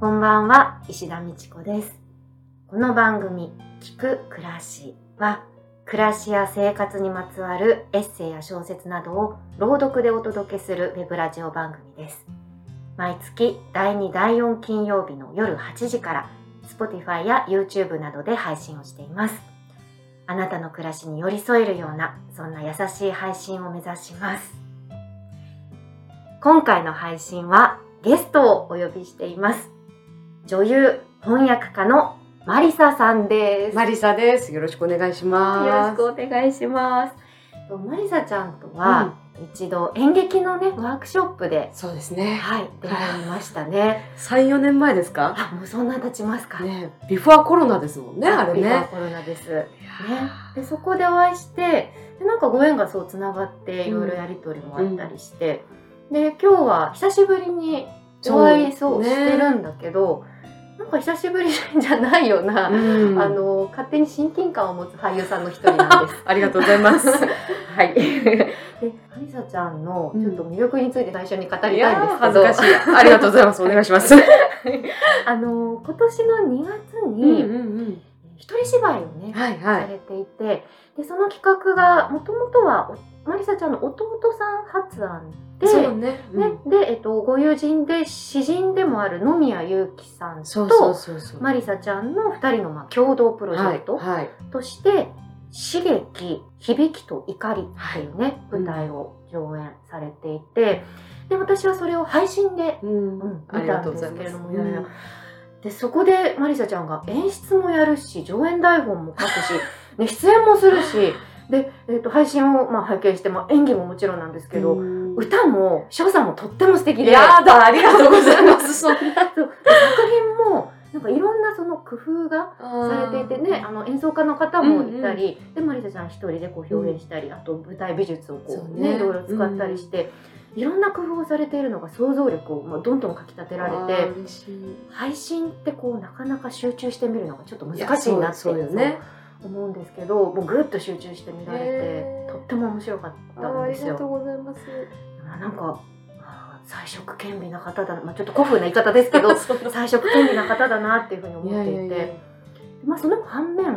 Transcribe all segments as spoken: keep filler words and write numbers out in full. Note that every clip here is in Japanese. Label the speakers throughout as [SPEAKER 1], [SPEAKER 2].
[SPEAKER 1] こんばんは、石田美智子です。この番組聞く暮らしは、暮らしや生活にまつわるエッセイや小説などを朗読でお届けするウェブラジオ番組です。毎月だいにだいよん金曜日の夜はちじから Spotify や YouTube などで配信をしています。あなたの暮らしに寄り添えるような、そんな優しい配信を目指します。今回の配信はゲストをお呼びしています。女優、翻訳家のマリサさんです。
[SPEAKER 2] マリサです。よろしくお願いします。
[SPEAKER 1] よろしくお願いします。マリサちゃんとは、うん、一度演劇のねワークショップで、
[SPEAKER 2] そうですね。
[SPEAKER 1] はい、出会いましたね。
[SPEAKER 2] さん、よねんまえですか？
[SPEAKER 1] あ、もうそんな経ちますか。
[SPEAKER 2] ね、ビフォーコロナですもんね、あれね。
[SPEAKER 1] ビフォーコロナです。ね、でそこでお会いして、でなんかご縁がそうつながっていろいろやり取りもあったりして、うん、で今日は久しぶりにお会いそうしてるんだけど。なんか久しぶりじゃないような、うん、あの勝手に親近感を持つ俳優さんの一人なんです。
[SPEAKER 2] ありがとうございます。
[SPEAKER 1] はい。で、マリサちゃんのちょっと魅力について最初に語りたいんですけど、
[SPEAKER 2] 恥ずかしい。ありがとうございます。お願いします。
[SPEAKER 1] あの今年のにがつに、うんうんうん、一人芝居をね、はいはい、されていて、でその企画がもともとはマリサちゃんの弟さん発案で、そうね、うんね、で、えっと、ご友人で詩人でもある野宮裕樹さんとマリサちゃんのふたりのまあ共同プロジェクトとして、はいはい、刺激、響きと怒りっていうね、はい、舞台を上演されていて、で私はそれを配信で、うんうん、見たんですけれども、いやいやでそこでマリサちゃんが演出もやるし、上演台本も書くし、ね、出演もするしで、えー、と配信をまあ拝見して、まあ、演技ももちろんなんですけど、歌も所作もとっても素敵で、
[SPEAKER 2] やだ、ありがとうございますそんな
[SPEAKER 1] そう作品もなんかいろんなその工夫がされていてね、あの演奏家の方もいたり、うんうん、でマリサちゃん一人でこう表現したり、うん、あと舞台美術をこう、ね、いろいろ使ったりして、うん、いろんな工夫をされているのが想像力をまあどんどんかきたてられて、配信ってこうなかなか集中してみるのがちょっと難しいなって。そうよね、思うんですけど、もうぐっと集中して見られて、とっても面白かったんですよ。
[SPEAKER 2] ありがとうございます。
[SPEAKER 1] なんか才色兼備な方だな、まあ、ちょっと古風な言い方ですけど才色兼備な方だなっていうふうに思っていて、いやいやいや、まあその反面、うん、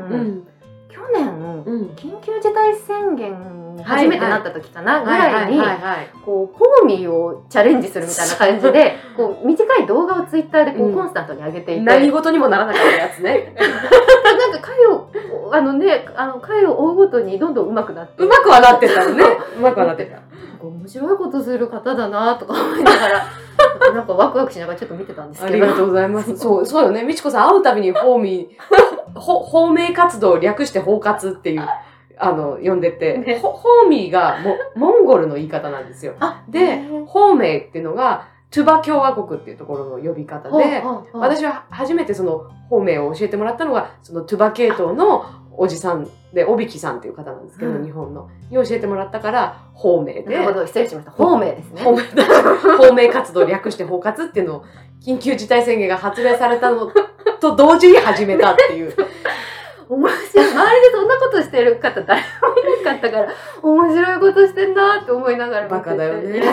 [SPEAKER 1] 去年、うん、緊急事態宣言に初めてなった時かなぐらいにこうコーミーをチャレンジするみたいな感じでこう短い動画をツイッターでこうコンスタントに上げていて、うん、
[SPEAKER 2] 何事にもならなかったやつね
[SPEAKER 1] なんか回をあのねあの回を追うごとにどんどん上手くなって
[SPEAKER 2] 上手くはなってたのね上手くはなってた
[SPEAKER 1] 面白いことする方だなとか思いながらなんかワクワクしながらちょっと見てたんですけど。
[SPEAKER 2] ありがとうございます。そうそうよね、美智子さん会うたびにホーミーホーメイ活動を略してホー活っていうあの呼んでて、ね、ホーミーがもモンゴルの言い方なんですよ。でホーメイっていうのがトゥバ共和国っていうところの呼び方で、私は初めてそのホーメイを教えてもらったのがそのトゥバ系統のおじさんで、おびきさんっていう方なんですけど、うん、日本のに教えてもらったから方名で、
[SPEAKER 1] なるほど、失礼しました、方名ですね。
[SPEAKER 2] 方名活動略して方活っていうのを緊急事態宣言が発令されたのと同時に始めたっていう
[SPEAKER 1] 面白い、周りでそんなことしてる方誰もいなかったから面白いことしてんなって思いながら
[SPEAKER 2] バカだよね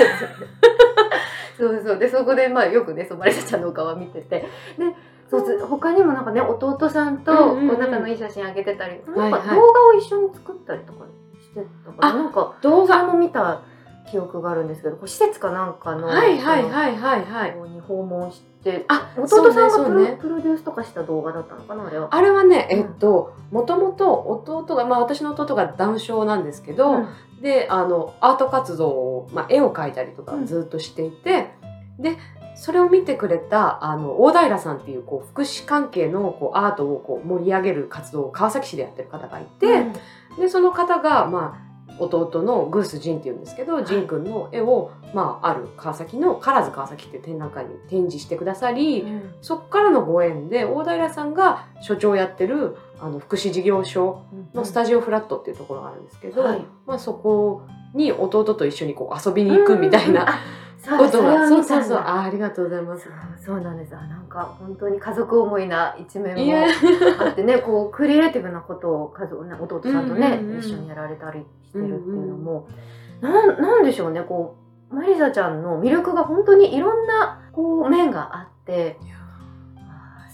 [SPEAKER 1] そうそう、でそこでまあよくねマリサちゃんのお顔は見てて、でそう他にもなんかね弟さんとこう仲のいい写真あげてたり、うんうんうん、なんか動画を一緒に作ったりとかしてたから、はいはい、なんか動画も見た記憶があるんですけど、こう施設かなんかの
[SPEAKER 2] はいはいはいはいはい
[SPEAKER 1] に訪問して、あ、弟さんがプロ、ね、プロデュースとかした動画だったのかな、あれは。
[SPEAKER 2] あれはね、えっともともと弟が、まあ私の弟がダウン症なんですけど、うん、であのアート活動を、まあ、絵を描いたりとかずっとしていて、うん、でそれを見てくれたあの大平さんっていう、こう福祉関係のこうアートをこう盛り上げる活動を川崎市でやってる方がいて、うん、でその方が、まあ、弟のグースジンっていうんですけど、はい、ジン君の絵を、まあ、ある川崎のカラーズ川崎っていう展覧会に展示してくださり、うん、そこからのご縁で大平さんが所長をやってるあの福祉事業所のスタジオフラットっていうところがあるんですけど、はい、まあ、そこに弟と一緒にこう遊びに行くみたいな、ことが、そうそうそう、あ、ありがとうございます。
[SPEAKER 1] そう、そうなんです。あ、なんか本当に家族思いな一面もあってね、こうクリエイティブなことを家族、弟さんとね、うんうんうん、一緒にやられたりしてるっていうのも、うんうん、な、なんでしょうね、こうマリサちゃんの魅力が本当にいろんなこう面があって、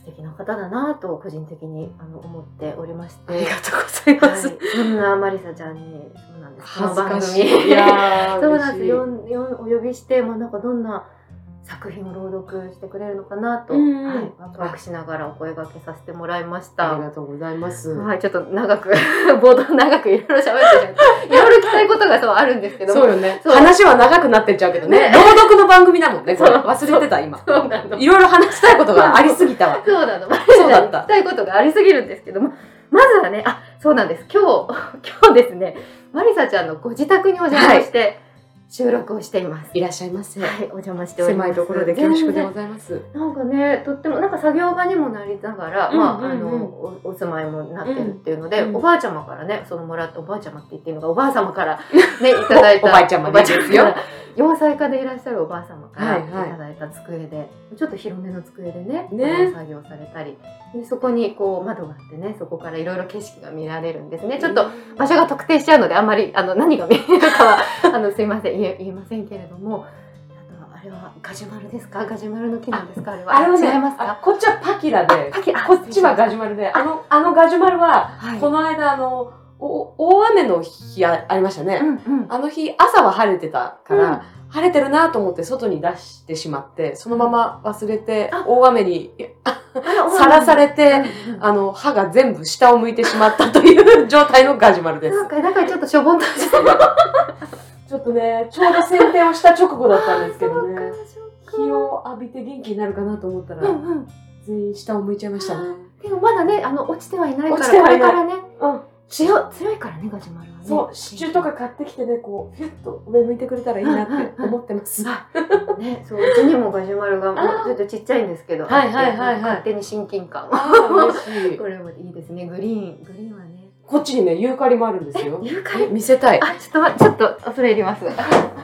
[SPEAKER 1] 敵な方だなと個人的にあの思っておりまして、
[SPEAKER 2] ありがとうございます、
[SPEAKER 1] はい、そんなマリサちゃんにそうなんです
[SPEAKER 2] 恥ずかしい
[SPEAKER 1] この番組
[SPEAKER 2] いや
[SPEAKER 1] そうなんですよお呼びして、まあ、なんかどんな作品を朗読してくれるのかなと、はい、ワクワクしながらお声掛けさせてもらいました。
[SPEAKER 2] ありがとうございます。
[SPEAKER 1] はい、ちょっと長く冒頭長くいろいろ喋ってしまっていろいろ聞きたいことがそうあるんですけども、
[SPEAKER 2] そうよね。話は長くなってっちゃうけどね。朗読の番組だもんね。これ忘れてた今。
[SPEAKER 1] そうなの。
[SPEAKER 2] いろいろ話したいことがありすぎたわ。
[SPEAKER 1] そうなの。そうだった。聞きたいことがありすぎるんですけども、まずはね、あ、そうなんです。今日今日ですね、マリサちゃんのご自宅にお邪魔して。はい、収録をしています。
[SPEAKER 2] いらっしゃいませ。
[SPEAKER 1] はい、お邪魔しております。
[SPEAKER 2] 狭いところで恐縮でございます。
[SPEAKER 1] なんかね、とってもなんか作業場にもなりながら、まああのおお住まいもなってるっていうので、おばあちゃまからね、そのもらったおばあちゃまって言っていいのか、おばあ様からねいただいた
[SPEAKER 2] おばあちゃまですよ。
[SPEAKER 1] よんさいかでいらっしゃるおばあ様からいただいた机で、ちょっと広めの机でね、作業されたり、そこにこう窓があってね、そこからいろいろ景色が見られるんですね。ちょっと場所が特定しちゃうので、あんまりあの何が見えるかはあのすいません言え言えませんけれども、あれはガジュマルですか？ガジュマルの木なんですか？あれは。
[SPEAKER 2] あれはね、
[SPEAKER 1] 違いますか？
[SPEAKER 2] こっちはパキラで、こっちはガジュマルで、あのあのガジュマルはこの間あの大雨の日ありましたね。あの日朝は晴れてたから。晴れてるなと思って外に出してしまって、そのまま忘れて大雨にさらされて、あの歯が全部下を向いてしまったという状態のガジュマルです。
[SPEAKER 1] なんかだからちょっとしょぼんとして
[SPEAKER 2] ちょっとね、ちょうど剪定をした直後だったんですけどね、日を浴びて元気になるかなと思ったら、全員下を向いちゃいましたね。
[SPEAKER 1] でもまだね、あの落ちてはいないから、これからね、強強いからね、ガジュマルはね。
[SPEAKER 2] そう、支柱とか買ってきてね、こう、フィュッと上向いてくれたらいいなって思ってます。
[SPEAKER 1] ね、そう、うちにもガジュマルが、ちょっとちっちゃいんですけど、
[SPEAKER 2] はいはいはいはい。
[SPEAKER 1] 勝手に親近感。嬉しい。これもいいですね、グリーン、グリーンはね。
[SPEAKER 2] こっちにね、ユーカリもあるんですよ。
[SPEAKER 1] ユーカリ
[SPEAKER 2] 見せたい。
[SPEAKER 1] あ、ちょっと待って、ちょっと、恐れ入ります。はい。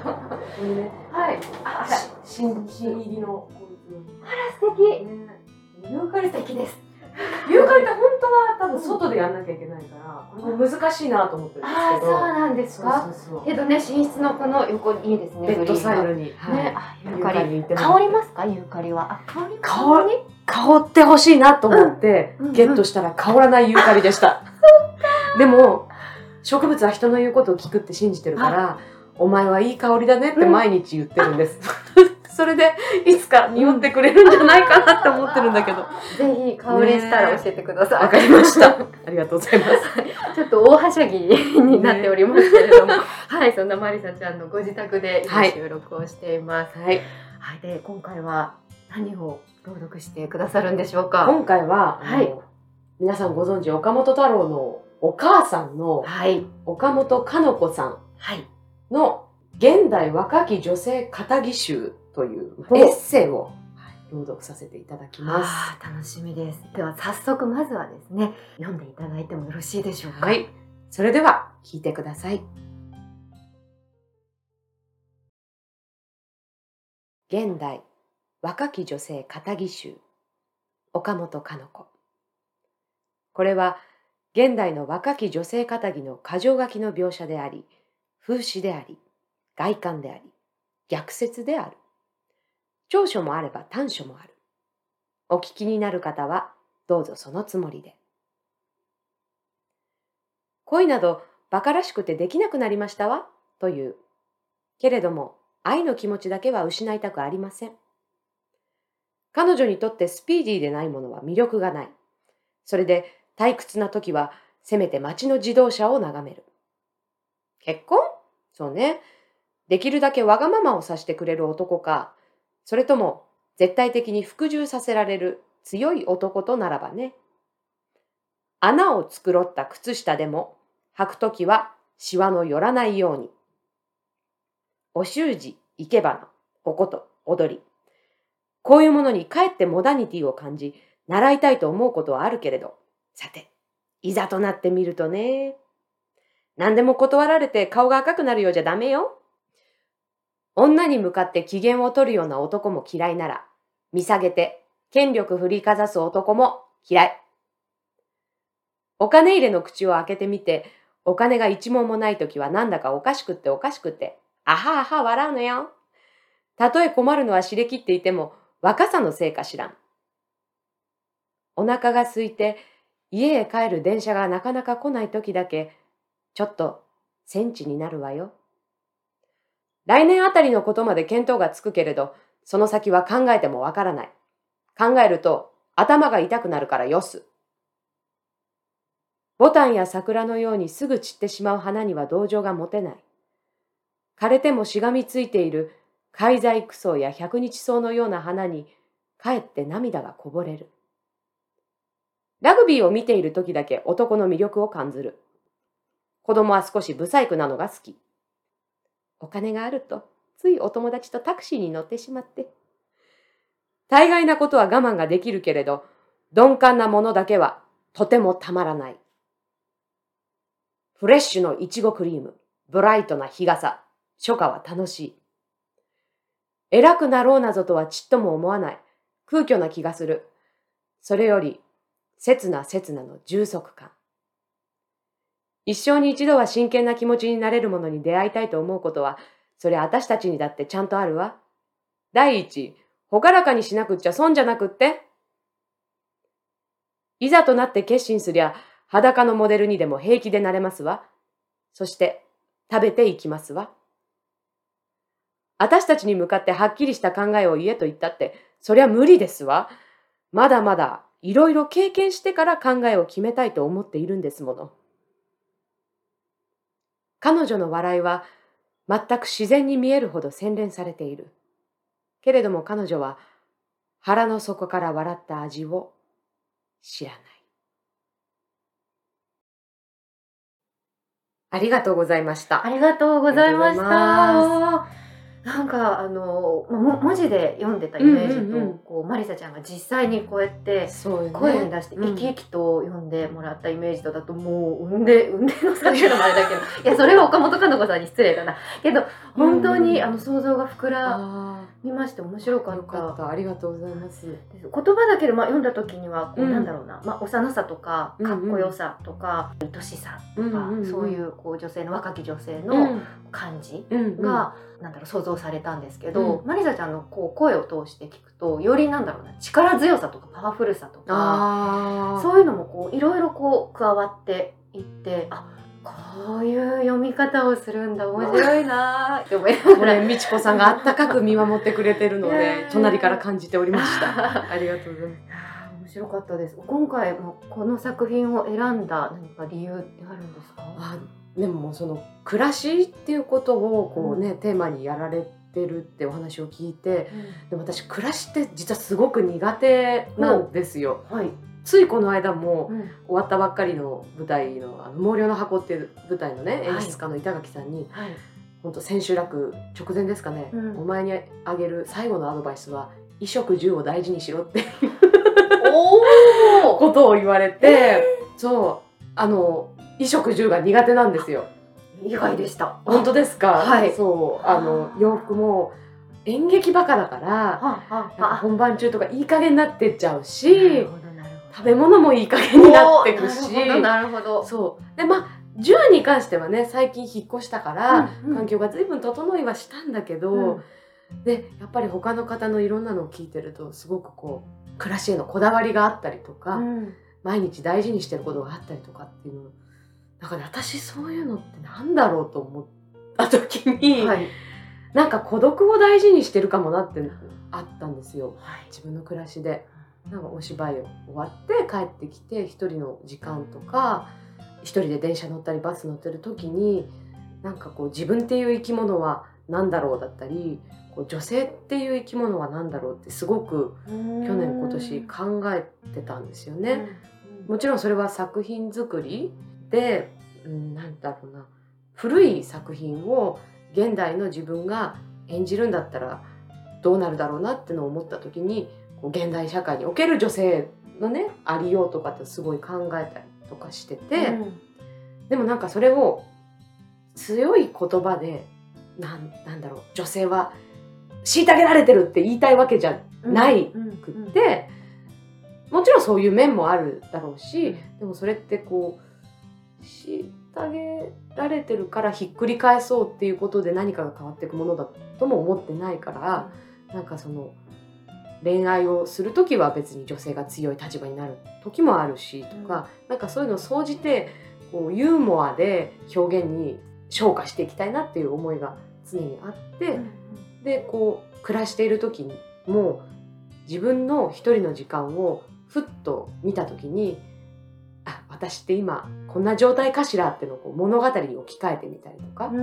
[SPEAKER 2] あ、新、新入りの。
[SPEAKER 1] あら、素敵。ユーカリ素敵です。
[SPEAKER 2] ユーカリって本当は多分外でやんなきゃいけないから、これ難しいなと思ってるんですけど。
[SPEAKER 1] ああ、そうなんですか。けどね、寝室のこの横にいいですね。
[SPEAKER 2] ベッドサイドに。
[SPEAKER 1] ね、あ、ユーカリ。香りますか、ユーカリは。あ、香り。
[SPEAKER 2] 香り。香ってほしいなと思ってゲットしたら香らないユーカリでした。でも植物は人の言うことを聞くって信じてるから、お前はいい香りだねって毎日言ってるんです。それでいつか匂ってくれるんじゃないかなって思ってるんだけど、
[SPEAKER 1] ぜひ香りしたら教えてください。
[SPEAKER 2] わかりました。ありがとうございます。
[SPEAKER 1] ちょっと大はしゃぎになっておりますけれども、はい、そんなマリサちゃんのご自宅で今収録をしています。はい。はい、で今回は何を朗読してくださるんでしょうか。
[SPEAKER 2] 今回は、はい、皆さんご存知岡本太郎のお母さんの岡本かの子さんの現代若き女性語り集というエッセイを朗読させていただきます。
[SPEAKER 1] 楽しみです。では早速まずはですね、読んでいただいてもよろしいでしょうか。
[SPEAKER 2] はい、それでは聞いてください。現代若き女性語り集、岡本かの子。これは現代の若き女性語りの箇条書きの描写であり、風刺であり、外観であり、逆説である。長所もあれば短所もある。お聞きになる方はどうぞそのつもりで。恋など馬鹿らしくてできなくなりましたわという。けれども愛の気持ちだけは失いたくありません。彼女にとってスピーディーでないものは魅力がない。それで退屈な時はせめて街の自動車を眺める。結婚？そうね。できるだけわがままをさせてくれる男か、それとも絶対的に服従させられる強い男とならばね。穴を繕った靴下でも履くときはシワの寄らないように。お習字、生け花、おこと、踊り。こういうものにかえってモダニティを感じ、習いたいと思うことはあるけれど、さて、いざとなってみるとね。何でも断られて顔が赤くなるようじゃダメよ。女に向かって機嫌を取るような男も嫌いなら、見下げて権力振りかざす男も嫌い。お金入れの口を開けてみて、お金が一文もないときはなんだかおかしくっておかしくって、あはあは笑うのよ。たとえ困るのは知れきっていても、若さのせいかしらん。 お腹が空いて家へ帰る電車がなかなか来ない時だけ、ちょっと戦地になるわよ。来年あたりのことまで見当がつくけれど、その先は考えてもわからない。考えると頭が痛くなるからよす。ボタンや桜のようにすぐ散ってしまう花には同情が持てない。枯れてもしがみついている海材クソや百日草のような花にかえって涙がこぼれる。ラグビーを見ている時だけ男の魅力を感じる。子供は少し不細工なのが好き。お金があるとついお友達とタクシーに乗ってしまって。大概なことは我慢ができるけれど、鈍感なものだけはとてもたまらない。フレッシュのいちごクリーム、ブライトな日傘、初夏は楽しい。偉くなろうなぞとはちっとも思わない。空虚な気がする。それより、刹那刹那の充足感。一生に一度は真剣な気持ちになれるものに出会いたいと思うことは、それ私たちにだってちゃんとあるわ。第一、ほがらかにしなくっちゃ損じゃなくって。いざとなって決心すりゃ、裸のモデルにでも平気でなれますわ。そして、食べていきますわ。私たちに向かってはっきりした考えを言えと言ったって、そりゃ無理ですわ。まだまだいろいろ経験してから考えを決めたいと思っているんですもの。彼女の笑いは全く自然に見えるほど洗練されている。けれども彼女は腹の底から笑った味を知らない。ありがとうございました。
[SPEAKER 1] ありがとうございました。なんかあの文字で読んでたイメージと、うんうんうん、こうマリサちゃんが実際にこうやって声に出して生き生きと読んでもらったイメージとだと、もう産んで産んでの差っていうのもあれだけどいやそれは岡本かの子さんに失礼だなけど、本当に、うん、あの想像が膨らみまして面白かった。よかった。
[SPEAKER 2] ありがとうございます。
[SPEAKER 1] 言葉だけで、まあ、読んだ時にはこう、うん、なんだろうな、まあ、幼さとかかっこよさとか、うんうん、愛しさとか、うんうんうん、そういうこう女性の若き女性の感じが、うんうん、なんだろう想像されたんですけど、うん、マリサちゃんのこう声を通して聞くとよりなんだろうな、力強さとかパワフルさとかそういうのもこういろいろこう加わっていって、あ、こういう読み方をするんだ、面白いなって思いながら、
[SPEAKER 2] 美智子さんがあったかく見守ってくれてるので隣から感じておりましたありがとうございます。
[SPEAKER 1] 面白かったです。今回もこの作品を選んだ何か理由ってあるんですか？
[SPEAKER 2] あ、でもその暮らしっていうことをこうね、うん、テーマにやられてるってお話を聞いて、うん、でも私暮らしって実はすごく苦手なんですよ、はい、ついこの間も、うん、終わったばっかりの舞台の「あの毛量の箱」っていう舞台のね演出家の板垣さんに、はいはい、本当千秋楽直前ですかね、うん、お前にあげる最後のアドバイスは衣食住を大事にしろっていうことを言われて、えー、そうあの衣食住が苦手なんですよ。
[SPEAKER 1] 意外でした。
[SPEAKER 2] 本当ですか？はい。そうあの洋服も演劇バカだから本番中とかいい加減になってっちゃうし、食べ物もいい加減になってくし、
[SPEAKER 1] なるほどなるほど。
[SPEAKER 2] そうで、まあ住に関してはね最近引っ越したから、うんうん、環境が随分整いはしたんだけど、うん、でやっぱり他の方のいろんなのを聞いてるとすごくこう暮らしへのこだわりがあったりとか、うん、毎日大事にしてることがあったりとかっていうの、だから私そういうのってなんだろうと思った時に、はい、なんか孤独を大事にしてるかもなってあったんですよ、はい、自分の暮らしで。なんかお芝居を終わって帰ってきて一人の時間とか一人で電車乗ったりバス乗ってる時になんかこう自分っていう生き物は何だろうだったりこう女性っていう生き物は何だろうってすごく去年今年考えてたんですよね。もちろんそれは作品作りで、うん、なんだろうな、古い作品を現代の自分が演じるんだったらどうなるだろうなってのを思った時にこう現代社会における女性のねありようとかってすごい考えたりとかしてて、うん、でもなんかそれを強い言葉でなん、なんだろう、女性は虐げられてるって言いたいわけじゃないくって、うんうんうん、もちろんそういう面もあるだろうし、でもそれってこう虐げられてるからひっくり返そうっていうことで何かが変わっていくものだとも思ってないから、なんかその恋愛をする時は別に女性が強い立場になる時もあるしとか、うん、なんかそういうのを総じてこうユーモアで表現に昇華していきたいなっていう思いが常にあって、うん、でこう暮らしている時にも自分の一人の時間をふっと見た時に、あ、私って今こんな状態かしらっていうのをこう物語に置き換えてみたりとか、うん、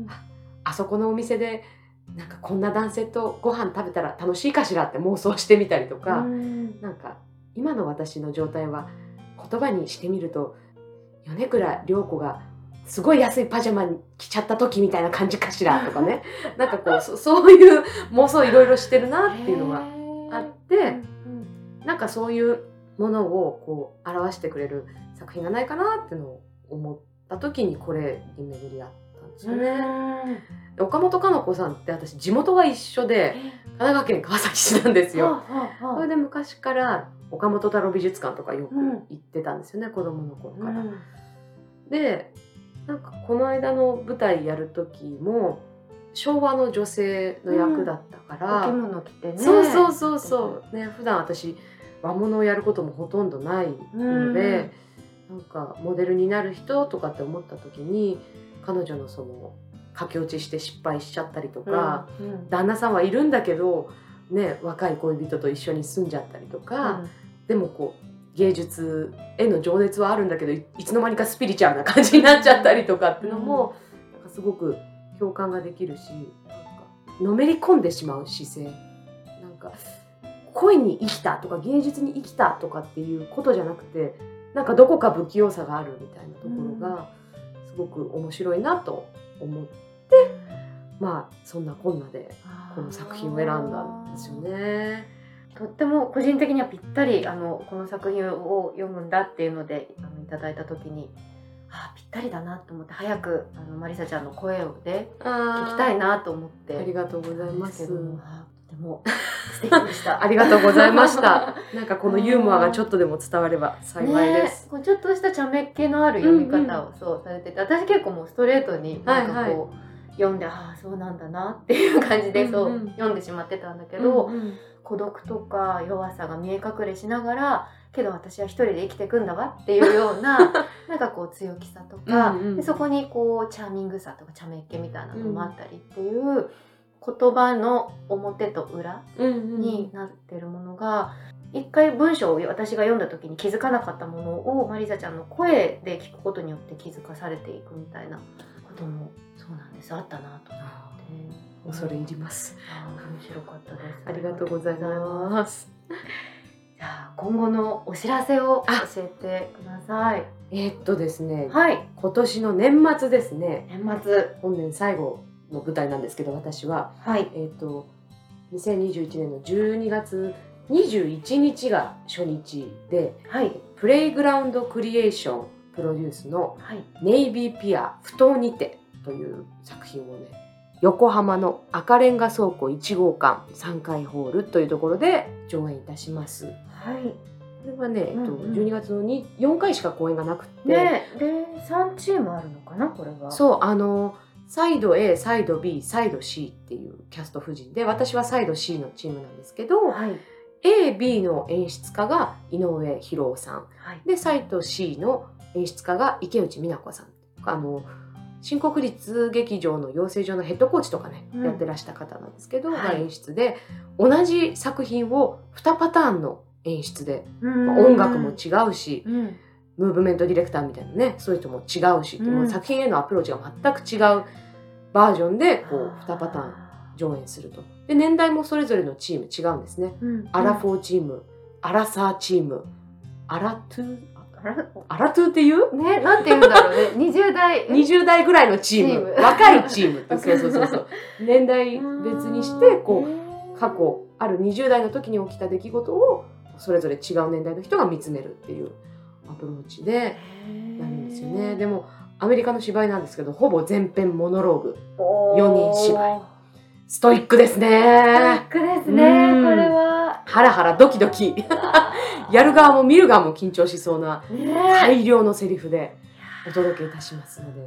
[SPEAKER 2] あ、あそこのお店でなんかこんな男性とご飯食べたら楽しいかしらって妄想してみたりとか、うん、なんか今の私の状態は言葉にしてみると米倉涼子がすごい安いパジャマに着ちゃった時みたいな感じかしらとかねなんかこう そ, そういう妄想いろいろしてるなっていうのがあって、なんかそういうものをこう表してくれる作品がないかなっていうのを思った時にこれに巡り合ったんですよね。岡本かの子さんって私地元が一緒で神奈川県川崎市なんですよ。それで昔から岡本太郎美術館とかよく行ってたんですよね、うん、子供の頃から、うん、でなんかこの間の舞台やる時も昭和の女性の役だったから、
[SPEAKER 1] うん、お着物着てね、
[SPEAKER 2] そうそうそうそうね、普段私和物をやることもほとんどないので、うん、なんかモデルになる人とかって思った時に彼女のその駆け落ちして失敗しちゃったりとか、うんうん、旦那さんはいるんだけど、ね、若い恋人と一緒に住んじゃったりとか、うん、でもこう芸術への情熱はあるんだけど い, いつの間にかスピリチュアルな感じになっちゃったりとかっていうのも、うん、なんかすごく共感ができるし、なんかのめり込んでしまう姿勢、なんか恋に生きたとか芸術に生きたとかっていうことじゃなくて、なんかどこか不器用さがあるみたいなところがすごく面白いなと思って、まあそんなこんなでこの作品を選んだんですよね。
[SPEAKER 1] とっても個人的にはぴったりあのこの作品を読むんだっていうのであのいただいた時に、あぴったりだなと思って、早くあのマリサちゃんの声をで聞きたいなと思って。
[SPEAKER 2] ありがとうございます。
[SPEAKER 1] とても素敵でした
[SPEAKER 2] ありがとうございましたなんかこのユーモアがちょっとでも伝われば幸いです、
[SPEAKER 1] ね、こうちょっとした茶目っ気のある読み方をそうされてて、うんうん、私結構もうストレートになんかこう、はいはい、読んで、ああそうなんだなっていう感じでそう、うんうん、読んでしまってたんだけど、うんうん、孤独とか弱さが見え隠れしながら、けど私は一人で生きていくんだわっていうようななんかこう強気さとか、うんうん、でそこにこうチャーミングさとか茶目っ気みたいなのもあったりっていう、うん、言葉の表と裏になってるものが、うんうん、一回文章を私が読んだ時に気づかなかったものをマリサちゃんの声で聞くことによって気づかされていくみたいなこともそうなんですあったなと思って、
[SPEAKER 2] 恐れ入ります。
[SPEAKER 1] あ面白かったです。
[SPEAKER 2] ありがとうございます。
[SPEAKER 1] じゃあ今後のお知らせを教えてください。
[SPEAKER 2] えー、っとですね、
[SPEAKER 1] はい、
[SPEAKER 2] 今年の年末ですね。
[SPEAKER 1] 年末
[SPEAKER 2] 本年最後の舞台なんですけど、私は、
[SPEAKER 1] はい、
[SPEAKER 2] えー、っとにせんにじゅういちねんのじゅうにがつにじゅういちにちが初日で、
[SPEAKER 1] はい、
[SPEAKER 2] プレイグラウンドクリエーションプロデュースのネイビーピア埠頭にてという作品をね、横浜の赤レンガ倉庫いちごうかんさんかいホールというところで上演いたします。
[SPEAKER 1] はい、
[SPEAKER 2] これはね、うんうん、えっと、じゅうにがつのよんかいしか公演がなくて、
[SPEAKER 1] ね、でさんチームあるのかなこれは。
[SPEAKER 2] そう、あのサイド A、サイド B、サイド C っていうキャスト夫人で、私はサイド C のチームなんですけど、
[SPEAKER 1] はい、
[SPEAKER 2] A、B の演出家が井上博夫さん、
[SPEAKER 1] はい、
[SPEAKER 2] でサイド C の演出家が池内美奈子さん、あの新国立劇場の養成所のヘッドコーチとかね、うん、やってらした方なんですけど、はい、演出で同じ作品をにパターンの演出で、まあ、音楽も違うし、
[SPEAKER 1] うん、
[SPEAKER 2] ムーブメントディレクターみたいなね、そういう人も違うし、うん、もう作品へのアプローチが全く違うバージョンでこうにパターン上演すると。で年代もそれぞれのチーム違うんですね、うん、アラフォーチーム、アラサーチーム、アラトゥーアラトゥーっていう
[SPEAKER 1] ね、なんて言うんだろうねにじゅう代
[SPEAKER 2] にじゅう代ぐらいのチーム、チーム若いチームってそうそうそうそう年代別にしてこう過去あるにじゅう代の時に起きた出来事をそれぞれ違う年代の人が見つめるっていうアプローチでやるんですよね。でもアメリカの芝居なんですけど、ほぼ全編モノローグ、よにん芝居、ストイックですね。
[SPEAKER 1] ストイックですね。これは
[SPEAKER 2] ハラハラドキドキやる側も見る側も緊張しそうな大量のセリフでお届けいたしますので、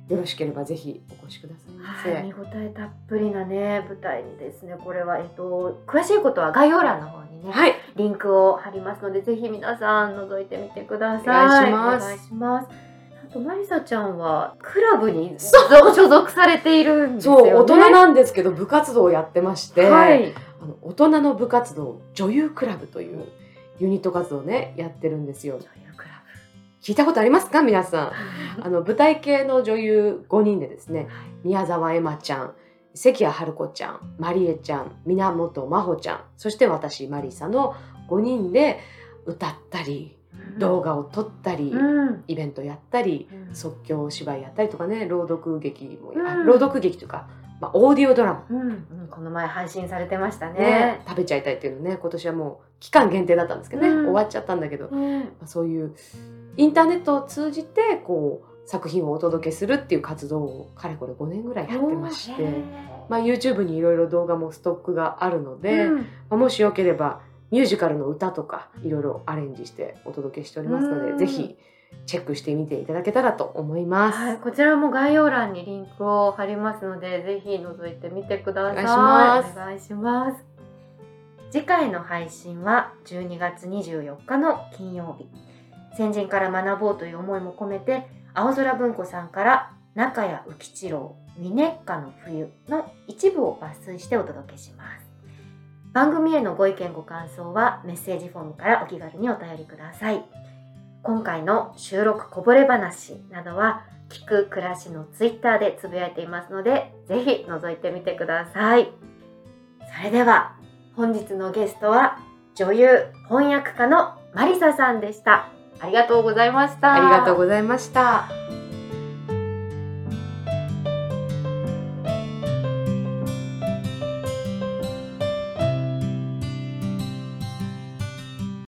[SPEAKER 2] よろしければぜひお越しくださいませ。
[SPEAKER 1] はい、見応えたっぷりなね舞台にですね、これはえっと詳しいことは概要欄の方にね、はい、リンクを貼りますので、ぜひ皆さん覗いてみてください。
[SPEAKER 2] お願いします。
[SPEAKER 1] お願いします。あとマリサちゃんはクラブに所属されているんですよね。
[SPEAKER 2] そう、大人なんですけど部活動をやってまして、はい、あの大人の部活動女優クラブというユニット活動をねやってるんですよ。聞いたことありますか皆さん。あの舞台系の女優ごにんでですね、宮沢エマちゃん、関谷春子ちゃん、まりえちゃん、源真帆ちゃん、そして私マリサのごにんで歌ったり、うん、動画を撮ったり、うん、イベントやったり、うん、即興芝居やったりとかね、朗読劇も、うん、朗読劇とか、まあ、オーディオドラマ、
[SPEAKER 1] うんうん、この前配信されてました ね,
[SPEAKER 2] ね食べちゃいたいっていうのね、今年はもう期間限定だったんですけどね、うん、終わっちゃったんだけど、うんまあ、そういうインターネットを通じてこう作品をお届けするっていう活動をかれこれごねんぐらいやってまして、まあ、YouTube にいろいろ動画もストックがあるので、うんまあ、もしよければミュージカルの歌とかいろいろアレンジしてお届けしておりますので、うん、ぜひチェックしてみていただけたらと思います、はい、
[SPEAKER 1] こちらも概要欄にリンクを貼りますので、ぜひ覗いてみてください。お願いします。お願いします。次回の配信はじゅうにがつにじゅうよっかの金曜日。先人から学ぼうという思いも込めて、青空文庫さんから中谷浮吉郎ウィネッカの冬の一部を抜粋してお届けします。番組へのご意見ご感想はメッセージフォームからお気軽にお便りください。今回の収録こぼれ話などは聞く暮らしのツイッターでつぶやいていますので、ぜひ覗いてみてください。それでは本日のゲストは女優翻訳家のマリサさんでした。ありがとうございました。
[SPEAKER 2] ありがとうございました。